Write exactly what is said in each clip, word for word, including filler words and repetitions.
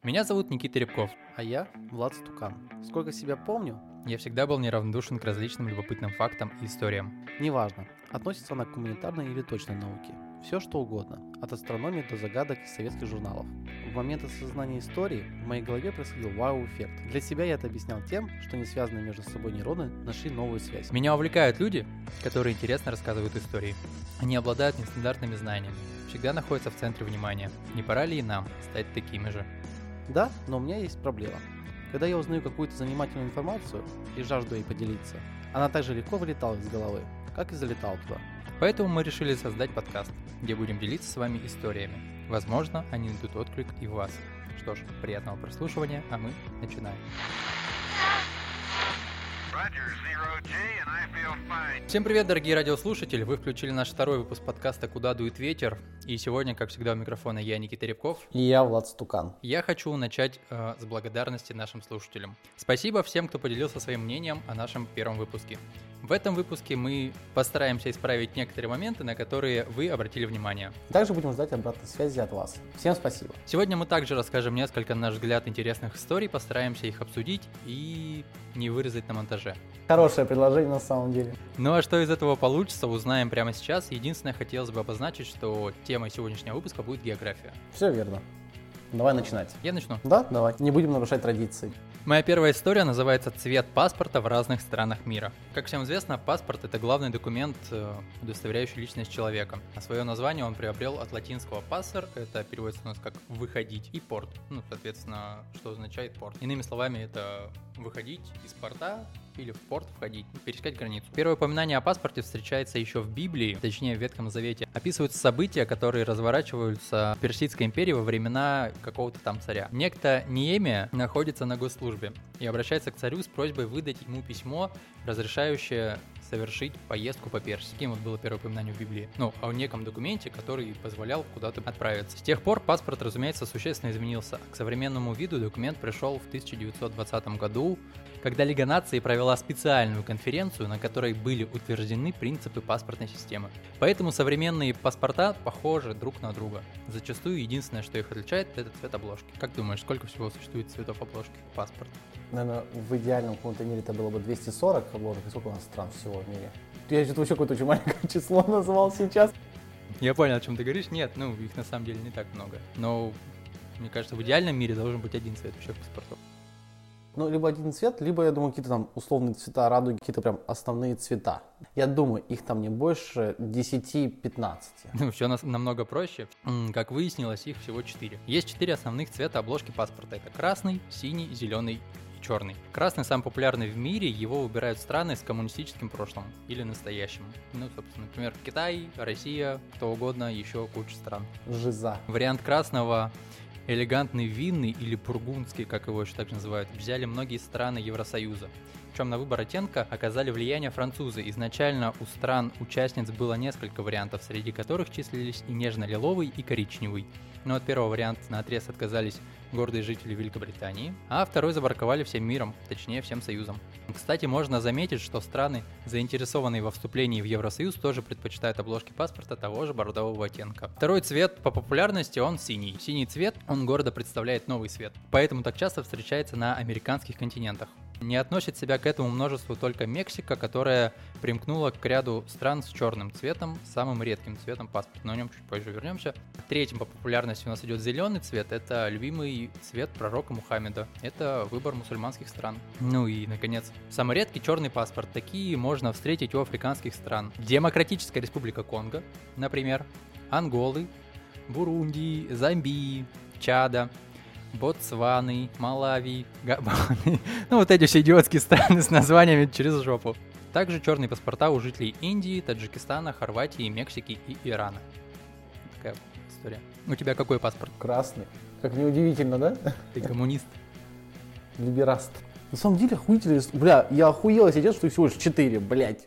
Меня зовут Никита Рябков. А я Влад Стукан. Сколько себя помню, Я всегда был неравнодушен к различным любопытным фактам и историям. неважно, относится она к гуманитарной или точной науке. Все что угодно, от астрономии до загадок из советских журналов. В момент осознания истории в моей голове происходил вау-эффект. Для себя я это объяснял тем, что не связанные между собой нейроны нашли новую связь. Меня увлекают люди, которые интересно рассказывают истории. Они обладают нестандартными знаниями, всегда находятся в центре внимания. Не пора ли и нам стать такими же? Да, но у меня есть проблема. Когда я узнаю какую-то занимательную информацию и жажду ей поделиться, она так же легко вылетала из головы, как и залетала туда. Поэтому мы решили создать подкаст, где будем делиться с вами историями. Возможно, они найдут отклик и в вас. Что ж, приятного прослушивания, а мы начинаем. Всем привет, дорогие радиослушатели! Вы включили наш второй выпуск подкаста «Куда дует ветер». И сегодня, как всегда, у микрофона я, Никита Рябков. И я Влад Стукан. Я хочу начать э, с благодарности нашим слушателям. Спасибо всем, кто поделился своим мнением о нашем первом выпуске. В этом выпуске мы постараемся исправить некоторые моменты, на которые вы обратили внимание. Также будем ждать обратной связи от вас. Всем спасибо. Сегодня мы также расскажем несколько, на наш взгляд, интересных историй, постараемся их обсудить и не вырезать на монтаже. Хорошее предложение на самом деле. Ну а что из этого получится, узнаем прямо сейчас. Единственное, хотелось бы обозначить, что темой сегодняшнего выпуска будет география. Все верно. Давай начинать. Я начну. Да, давай. Не будем нарушать традиции. Моя первая история называется «Цвет паспорта в разных странах мира». Как всем известно, паспорт – это главный документ, удостоверяющий личность человека. А свое название он приобрел от латинского «passere», это переводится у нас как «выходить», и «порт», ну, соответственно, что означает «порт». Иными словами, это «выходить из порта» или в порт входить, пересекать границу. Первое упоминание о паспорте встречается еще в Библии, точнее в Ветхом Завете. Описываются события, которые разворачиваются в Персидской империи во времена какого-то там царя. Некто Неемия находится на госслужбе и обращается к царю с просьбой выдать ему письмо, разрешающее совершить поездку по Персии. Таким вот было первое упоминание в Библии. Ну, о неком документе, который позволял куда-то отправиться. С тех пор паспорт, разумеется, существенно изменился. К современному виду документ пришел в тысяча девятьсот двадцатом году, когда Лига наций провела специальную конференцию, на которой были утверждены принципы паспортной системы. Поэтому современные паспорта похожи друг на друга. Зачастую единственное, что их отличает, это цвет обложки. Как думаешь, сколько всего существует цветов обложки паспорта? Наверное, в идеальном каком-то мире это было бы двести сорок обложек. И сколько у нас стран всего в мире? Я что-то вообще какое-то очень маленькое число назвал сейчас. Я понял, о чем ты говоришь. Нет, ну, их на самом деле не так много. Но, мне кажется, в идеальном мире должен быть один цвет всех паспортов. Ну, либо один цвет, либо, я думаю, какие-то там условные цвета радуги, какие-то прям основные цвета. Я думаю, их там не больше десяти-пятнадцати. Ну, все нас- намного проще. М, Как выяснилось, их всего четыре. Есть четыре основных цвета обложки паспорта. Это красный, синий, зеленый и черный. Красный самый популярный в мире, его выбирают страны с коммунистическим прошлым или настоящим. Ну, собственно, например, Китай, Россия, кто угодно, еще куча стран. Жиза. Вариант красного элегантный винный или бургундский, как его еще так называют, взяли многие страны Евросоюза. Причем на выбор оттенка оказали влияние французы. Изначально у стран-участниц было несколько вариантов, среди которых числились и нежно-лиловый, и коричневый. Но от первого варианта наотрез отказались гордые жители Великобритании, а второй забраковали всем миром, точнее всем союзом. Кстати, можно заметить, что страны, заинтересованные во вступлении в Евросоюз, тоже предпочитают обложки паспорта того же бордового оттенка. Второй цвет по популярности он синий. Синий цвет, он гордо представляет новый свет, поэтому так часто встречается на американских континентах. Не относит себя к этому множеству только Мексика, которая примкнула к ряду стран с черным цветом, самым редким цветом паспорта. Но о нем чуть позже вернемся. Третьим по популярности у нас идет зеленый цвет. Это любимый цвет пророка Мухаммеда. Это выбор мусульманских стран. Ну и, наконец, самый редкий черный паспорт. Такие можно встретить у африканских стран. Демократическая республика Конго, например, Анголы, Бурундии, Замбии, Чада, Ботсваны, Малави, Габоны. Ну вот эти все идиотские страны с названиями через жопу. Также черные паспорта у жителей Индии, Таджикистана, Хорватии, Мексики и Ирана. Такая история. У тебя какой паспорт? Красный. Как неудивительно, да? Ты коммунист. Либераст. На самом деле, охуительно. Бля, я охуел, если честно, что их всего лишь четыре, блядь.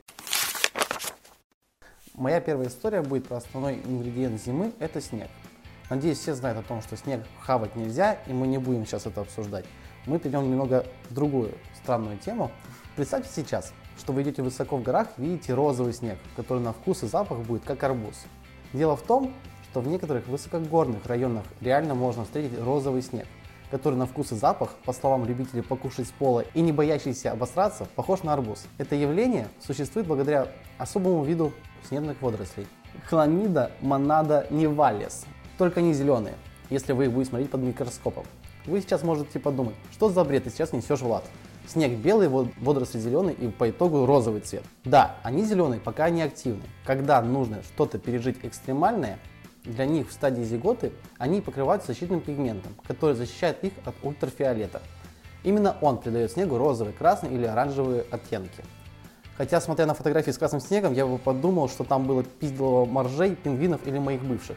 Моя первая история будет про основной ингредиент зимы – это снег. Надеюсь, все знают о том, что снег хавать нельзя, и мы не будем сейчас это обсуждать. Мы перейдем немного в другую странную тему. Представьте сейчас, что вы идете высоко в горах и видите розовый снег, который на вкус и запах будет как арбуз. Дело в том, что в некоторых высокогорных районах реально можно встретить розовый снег, который на вкус и запах, по словам любителей покушать с пола и не боящийся обосраться, похож на арбуз. Это явление существует благодаря особому виду снежных водорослей. Хламида монада нивалес. Только они зеленые, если вы их будете смотреть под микроскопом. Вы сейчас можете подумать, что за бред ты сейчас несешь, Влад? Снег белый, водоросли зеленые и по итогу розовый цвет. Да, они зеленые, пока они активны. Когда нужно что-то пережить экстремальное, для них в стадии зиготы они покрываются защитным пигментом, который защищает их от ультрафиолета. Именно он придает снегу розовый, красный или оранжевые оттенки. Хотя, смотря на фотографии с красным снегом, я бы подумал, что там было пизделово моржей, пингвинов или моих бывших.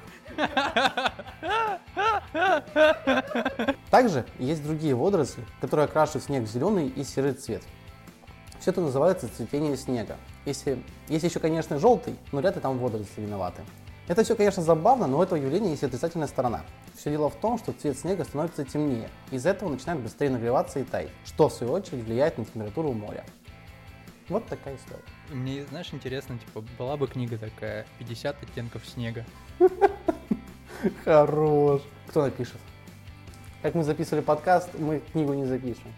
Также есть другие водоросли, которые окрашивают снег в зеленый и серый цвет. Все это называется цветение снега. Если, есть еще, конечно, желтый, но вряд ли там водоросли виноваты. Это все, конечно, забавно, но у этого явления есть отрицательная сторона. Все дело в том, что цвет снега становится темнее, из-за этого начинает быстрее нагреваться и таять, что в свою очередь влияет на температуру моря. Вот такая история. Мне, знаешь, интересно, типа, была бы книга такая, пятьдесят оттенков снега. Хорош. Кто напишет? Как мы записывали подкаст, мы книгу не запишем.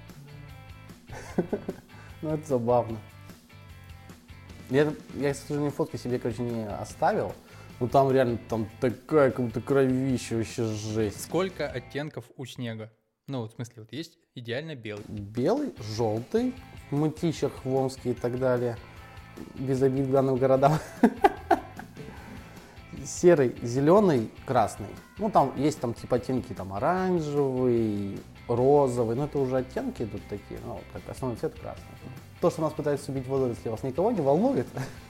Ну, это забавно. Я, я, к сожалению, фотки себе, короче, не оставил. Ну, там реально там такая, как будто кровища, вообще жесть. Сколько оттенков у снега? Ну, вот в смысле, вот есть идеально белый. Белый, желтый, в Мытищах, в Омске и так далее. Без обид к данным городам. Серый, зеленый, красный. Ну, там есть там типа оттенки, там оранжевый, розовый. Но это уже оттенки идут такие, ну, как основной цвет красный. То, что нас пытаются убить водоросли, вас никого не волнует.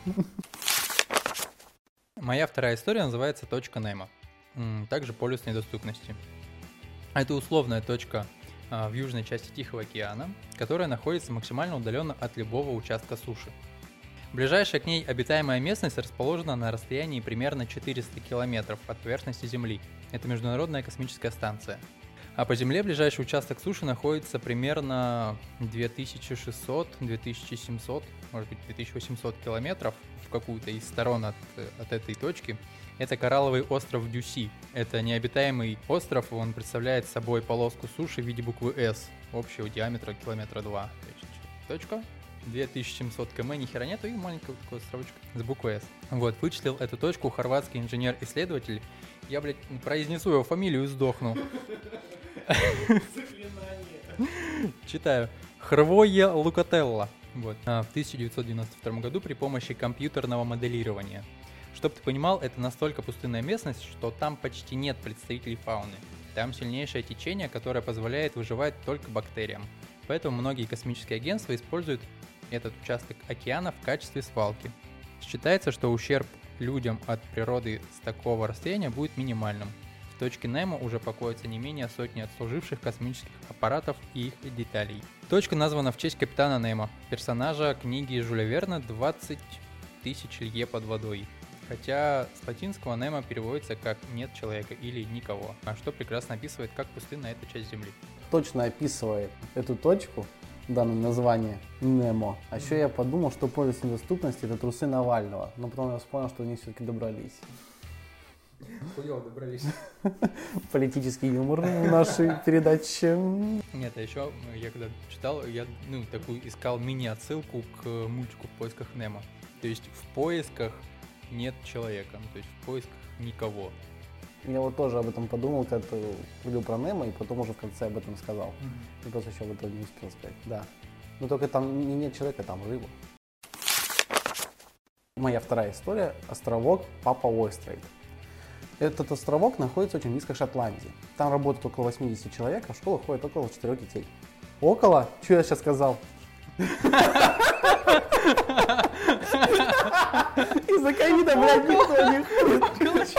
Моя вторая история называется «Точка Немо», также полюсной доступности. Это условная точка в южной части Тихого океана, которая находится максимально удаленно от любого участка суши. Ближайшая к ней обитаемая местность расположена на расстоянии примерно четыреста километров от поверхности Земли. Это Международная космическая станция. А по Земле ближайший участок суши находится примерно две тысячи шестьсот - две тысячи семьсот, может быть две тысячи восемьсот километров в какую-то из сторон от, от этой точки. Это коралловый остров Дюси. Это необитаемый остров, он представляет собой полоску суши в виде буквы «С» общего диаметра километра два. Точка. две тысячи семьсот километров, ни хера нету, и маленькая вот такая островочка с буквой «С». Вот, вычислил эту точку хорватский инженер-исследователь. Я, блядь, произнесу его фамилию и сдохну. Читаю. Хрвое Лукателла. Вот. В тысяча девятьсот девяносто втором году при помощи компьютерного моделирования. Чтоб ты понимал, это настолько пустынная местность, что там почти нет представителей фауны. Там сильнейшее течение, которое позволяет выживать только бактериям. Поэтому многие космические агентства используют этот участок океана в качестве свалки. Считается, что ущерб людям от природы с такого расстояния будет минимальным. В точке Немо уже покоится не менее сотни отслуживших космических аппаратов и их деталей. Точка названа в честь капитана Немо, персонажа книги Жюля Верна «двадцать тысяч лье под водой». Хотя с латинского Немо переводится как «нет человека» или «никого», а что прекрасно описывает, как пустынна эта часть Земли. Точно описывает эту точку, данное название Немо. А еще я подумал, что полюс недоступности — это трусы Навального, но потом я вспомнил, что они все-таки добрались. Хуёво добрались. Политический юмор в нашей передаче. Нет, а еще я когда читал, я ну, такую искал мини-отсылку к мультику «В поисках Немо». То есть в поисках нет человека, то есть в поисках никого. Я вот тоже об этом подумал, когда говорил про Немо, и потом уже в конце об этом сказал. Mm-hmm. И просто еще об этом не успел сказать. Да. Но только там не нет человека, там рыба. Моя вторая история – островок Папа-Ойстрейт. Этот островок находится очень близко к Шотландии. Там работает около восемьдесят человек, а в школу ходит около четырех детей. Около? Что я сейчас сказал? Из-за ковида, блядь, никто не ходит.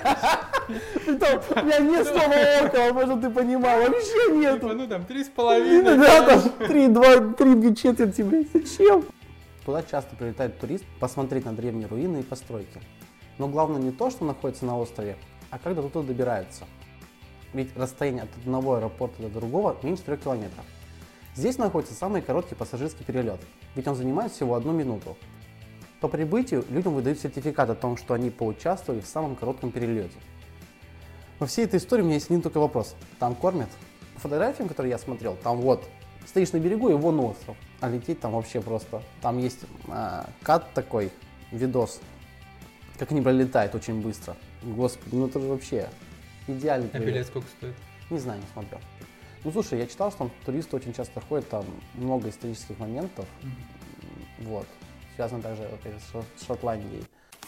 У меня нет слова около, может ты понимал, вообще нету. Ну там три с половиной. Да, там три, два, три, две четверти, блядь, зачем? Туда часто прилетает турист посмотреть на древние руины и постройки. Но главное не то, что находится на острове, а как до туда добираются. Ведь расстояние от одного аэропорта до другого меньше трех километров. Здесь находится самый короткий пассажирский перелет, ведь он занимает всего одну минуту. По прибытию людям выдают сертификат о том, что они поучаствовали в самом коротком перелете. Во всей этой истории у меня есть один только вопрос. Там кормят? фотографиям, которые я смотрел, там вот стоишь на берегу, и вон остров, а лететь там вообще просто. Там есть а, кат такой, видос, как они пролетают очень быстро. Господи, ну это же вообще идеальный А билет сколько стоит? Не знаю, не смотрел. Ну слушай, я читал, что там туристы очень часто ходят, там много исторических моментов. Mm-hmm. Вот. Связано также, опять же, с Шотландией.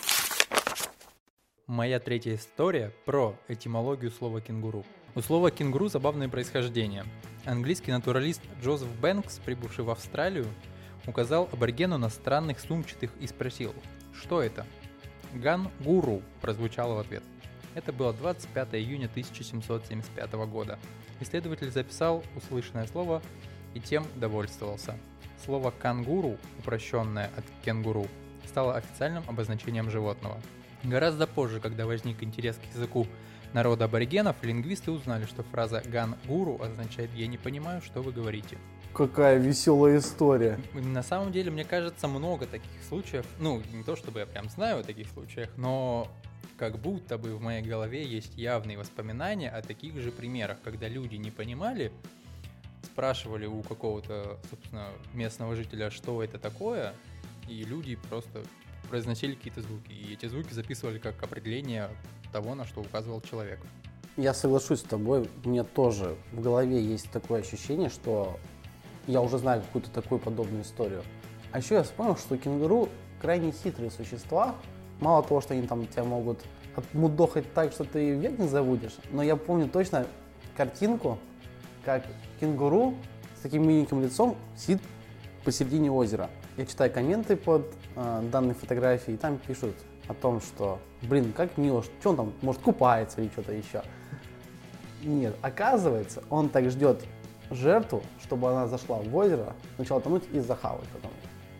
Моя третья история про этимологию слова «кенгуру». У слова «кенгуру» забавное происхождение. Английский натуралист Джозеф Бэнкс, прибывший в Австралию, указал аборигену на странных сумчатых и спросил, что это? «Ган-гуру» прозвучало в ответ. Это было двадцать пятого июня тысяча семьсот семьдесят пятого года. Исследователь записал услышанное слово и тем довольствовался. Слово «кангуру», упрощенное от «кенгуру», стало официальным обозначением животного. Гораздо позже, когда возник интерес к языку народа аборигенов, лингвисты узнали, что фраза «ган-гуру» означает «я не понимаю, что вы говорите». Какая веселая история. На самом деле, мне кажется, много таких случаев. Ну, не то чтобы я прям знаю о таких случаях, но как будто бы в моей голове есть явные воспоминания о таких же примерах, когда люди не понимали, спрашивали у какого-то, собственно, местного жителя, что это такое, и люди просто произносили какие-то звуки, и эти звуки записывали как определение того, на что указывал человек. Я соглашусь с тобой, у меня тоже в голове есть такое ощущение, что я уже знаю какую-то такую подобную историю. А еще я вспомнил, что кенгуру крайне хитрые существа. Мало того, что они там тебя могут отмудохать так, что ты век не забудешь, но я помню точно картинку, как кенгуру с таким миленьким лицом сидит посередине озера. Я читаю комменты под э, данной фотографией, и там пишут о том, что, блин, как мило, что он там, может, купается или что-то еще. Нет, оказывается, он так ждет жертву, чтобы она зашла в озеро, начала тонуть и захавать потом.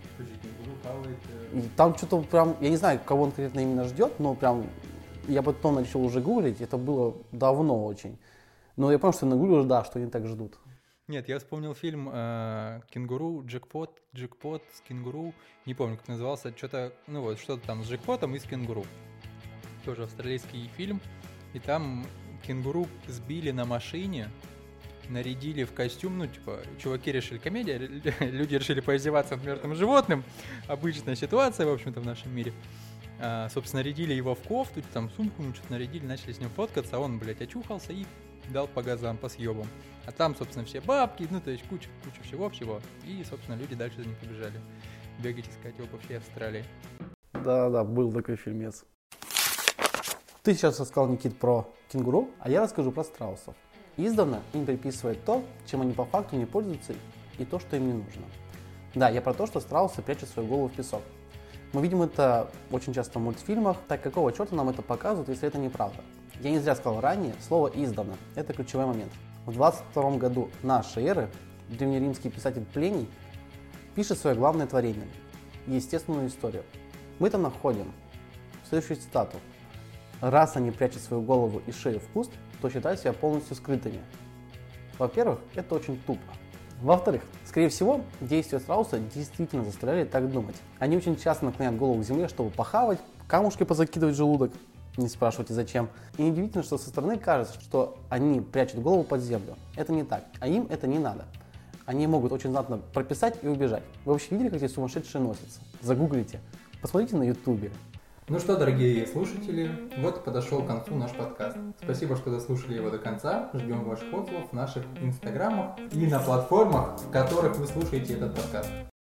И там что-то прям, я не знаю, кого он конкретно именно ждет, но прям я потом начал уже гуглить, это было давно очень. Но я понял, что я нагуглил, да, что они так ждут. Нет, я вспомнил фильм э, «Кенгуру», «Джекпот», «Джекпот» с кенгуру, не помню, как назывался, что-то, ну вот, что-то там с джекпотом и с кенгуру. Тоже австралийский фильм, и там кенгуру сбили на машине, нарядили в костюм, ну, типа, чуваки решили комедия, люди решили поиздеваться над мертвым животным, обычная ситуация, в общем-то, в нашем мире. А, собственно, нарядили его в кофту, там, сумку, ну, что-то нарядили, начали с ним фоткаться, а он, блядь, очухался и дал по газам, по съебам. А там, собственно, все бабки, ну, то есть куча, куча всего-всего, и, собственно, люди дальше за ним побежали бегать, искать его по всей Австралии. Да-да, был такой фильмец. Ты сейчас рассказал, Никит, про кенгуру, а я расскажу про страусов. Издавна им приписывают то, чем они по факту не пользуются, и то, что им не нужно. Да, я про то, что страусы прячут свою голову в песок. Мы видим это очень часто в мультфильмах. Так какого черта нам это показывают, если это неправда? Я не зря сказал ранее, слово «издавна» — это ключевой момент. В двадцать втором году нашей эры древнеримский писатель Плиний пишет свое главное творение – естественную историю. Мы там находим следующую цитату. «Раз они прячут свою голову и шею в куст, то считают себя полностью скрытыми». Во-первых, это очень тупо. Во-вторых, скорее всего, действия страуса действительно заставляли так думать. Они очень часто наклоняют голову к земле, чтобы похавать, камушки позакидывать в желудок. Не спрашивайте зачем. И неудивительно, что со стороны кажется, что они прячут голову под землю. Это не так, а им это не надо. Они могут очень знатно прописать и убежать. Вы вообще видели, как эти сумасшедшие носятся? Загуглите, посмотрите на ютубе. Ну что, дорогие слушатели, вот подошел к концу наш подкаст. Спасибо, что дослушали его до конца. Ждем ваших отзывов в наших инстаграмах и на платформах, в которых вы слушаете этот подкаст.